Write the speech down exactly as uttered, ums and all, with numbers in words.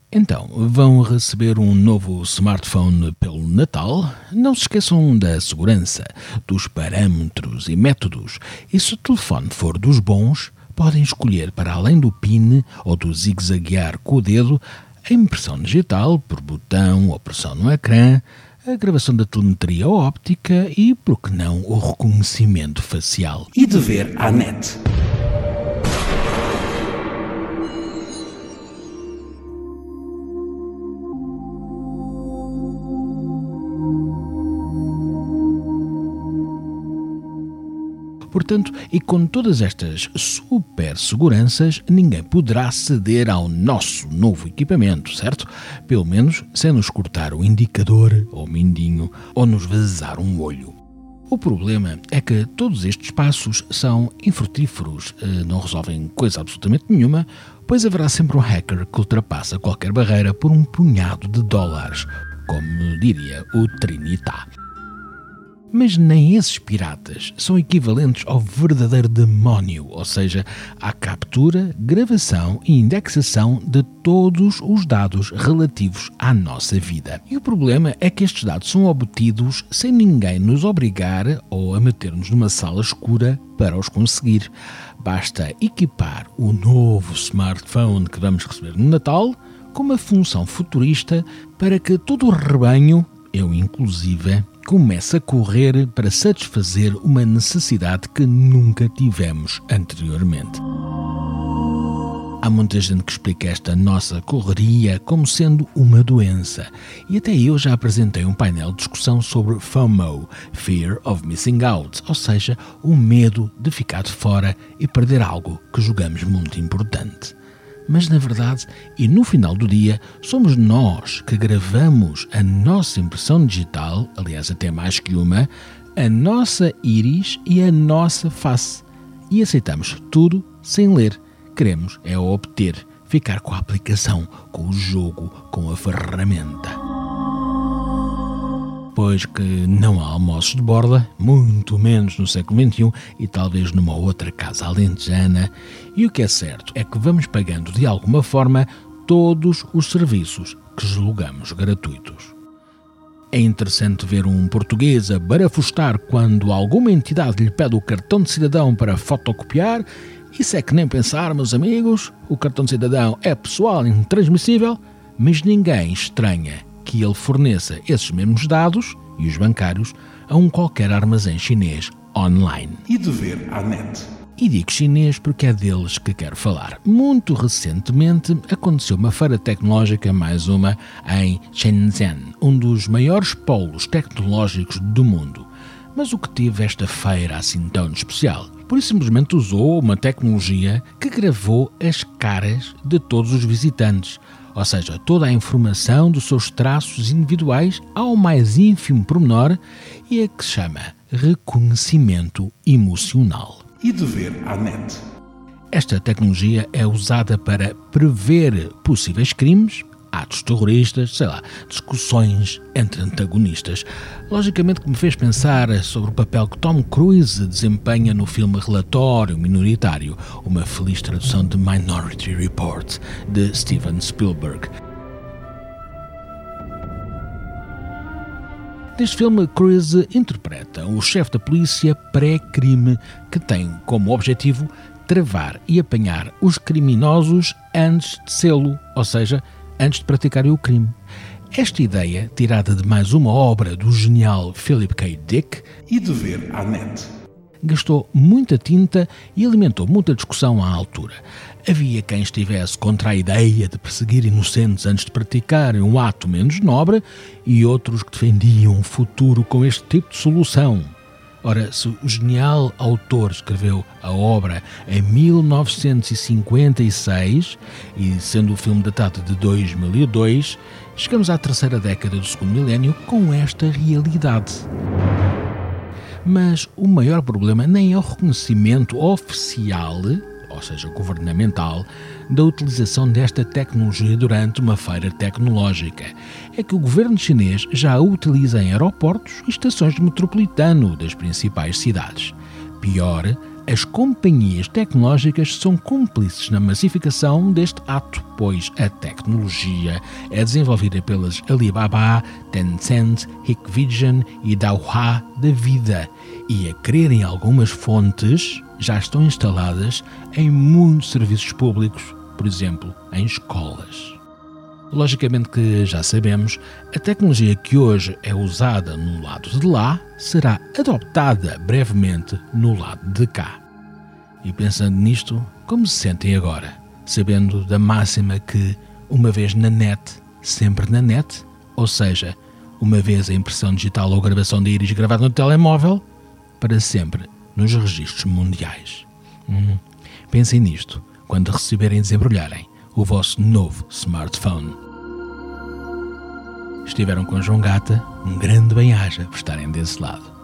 Então, vão receber um novo smartphone pelo Natal? Não se esqueçam da segurança, dos parâmetros e métodos. E se o telefone for dos bons, podem escolher, para além do PIN ou do zigue-zaguear com o dedo, a impressão digital por botão ou pressão no ecrã, a gravação da telemetria óptica e, por que não, o reconhecimento facial. E dever à net. Portanto, e com todas estas super seguranças, ninguém poderá ceder ao nosso novo equipamento, certo? Pelo menos sem nos cortar o indicador ou o mindinho ou nos vazar um olho. O problema é que todos estes passos são infrutíferos, não resolvem coisa absolutamente nenhuma, pois haverá sempre um hacker que ultrapassa qualquer barreira por um punhado de dólares, como diria o Trinitá. Mas nem esses piratas são equivalentes ao verdadeiro demónio, ou seja, à captura, gravação e indexação de todos os dados relativos à nossa vida. E o problema é que estes dados são obtidos sem ninguém nos obrigar ou a meter-nos numa sala escura para os conseguir. Basta equipar o novo smartphone que vamos receber no Natal com uma função futurista para que todo o rebanho, eu inclusive, começa a correr para satisfazer uma necessidade que nunca tivemos anteriormente. Há muita gente que explica esta nossa correria como sendo uma doença, e até eu já apresentei um painel de discussão sobre FOMO, Fear of Missing Out, ou seja, o medo de ficar de fora e perder algo que julgamos muito importante. Mas, na verdade, e no final do dia, somos nós que gravamos a nossa impressão digital, aliás, até mais que uma, a nossa íris e a nossa face. E aceitamos tudo sem ler. Queremos é obter, ficar com a aplicação, com o jogo, com a ferramenta. Pois que não há almoços de borda, muito menos no século vinte e um e talvez numa outra casa alentejana, e o que é certo é que vamos pagando de alguma forma todos os serviços que julgamos gratuitos. É interessante ver um português a barafustar quando alguma entidade lhe pede o cartão de cidadão para fotocopiar. Isso é que nem pensar, meus amigos, o cartão de cidadão é pessoal e intransmissível, mas ninguém estranha que ele forneça esses mesmos dados, e os bancários, a um qualquer armazém chinês online. E dever à net. E digo chinês porque é deles que quero falar. Muito recentemente aconteceu uma feira tecnológica, mais uma, em Shenzhen, um dos maiores polos tecnológicos do mundo. Mas o que teve esta feira assim tão especial? Por isso simplesmente usou uma tecnologia que gravou as caras de todos os visitantes, ou seja, toda a informação dos seus traços individuais ao mais ínfimo pormenor, e é que se chama reconhecimento emocional. E dever à net. Esta tecnologia é usada para prever possíveis crimes, atos terroristas, sei lá, discussões entre antagonistas. Logicamente que me fez pensar sobre o papel que Tom Cruise desempenha no filme Relatório Minoritário, uma feliz tradução de Minority Report, de Steven Spielberg. Neste filme, Cruise interpreta o chefe da polícia pré-crime que tem como objetivo travar e apanhar os criminosos antes de sê-lo, ou seja, antes de praticarem o crime. Esta ideia, tirada de mais uma obra do genial Philip K. Dick, e dever à net, gastou muita tinta e alimentou muita discussão à altura. Havia quem estivesse contra a ideia de perseguir inocentes antes de praticarem um ato menos nobre e outros que defendiam um futuro com este tipo de solução. Ora, se o genial autor escreveu a obra em mil novecentos e cinquenta e seis, e sendo o filme datado de dois mil e dois, chegamos à terceira década do segundo milénio com esta realidade. Mas o maior problema nem é o reconhecimento oficial, ou seja, governamental, da utilização desta tecnologia durante uma feira tecnológica. É que o governo chinês já a utiliza em aeroportos e estações de metropolitano das principais cidades. Pior, as companhias tecnológicas são cúmplices na massificação deste ato, pois a tecnologia é desenvolvida pelas Alibaba, Tencent, Hikvision e Dahua da vida e, a crer em algumas fontes, já estão instaladas em muitos serviços públicos, por exemplo, em escolas. Logicamente que já sabemos, a tecnologia que hoje é usada no lado de lá será adoptada brevemente no lado de cá. E pensando nisto, como se sentem agora, sabendo da máxima que uma vez na net, sempre na net, ou seja, uma vez a impressão digital ou gravação de íris gravada no telemóvel, para sempre nos registros mundiais. Hum, pensem nisto quando receberem e desembrulharem o vosso novo smartphone. Estiveram com João Gata, um grande bem-aja por estarem desse lado.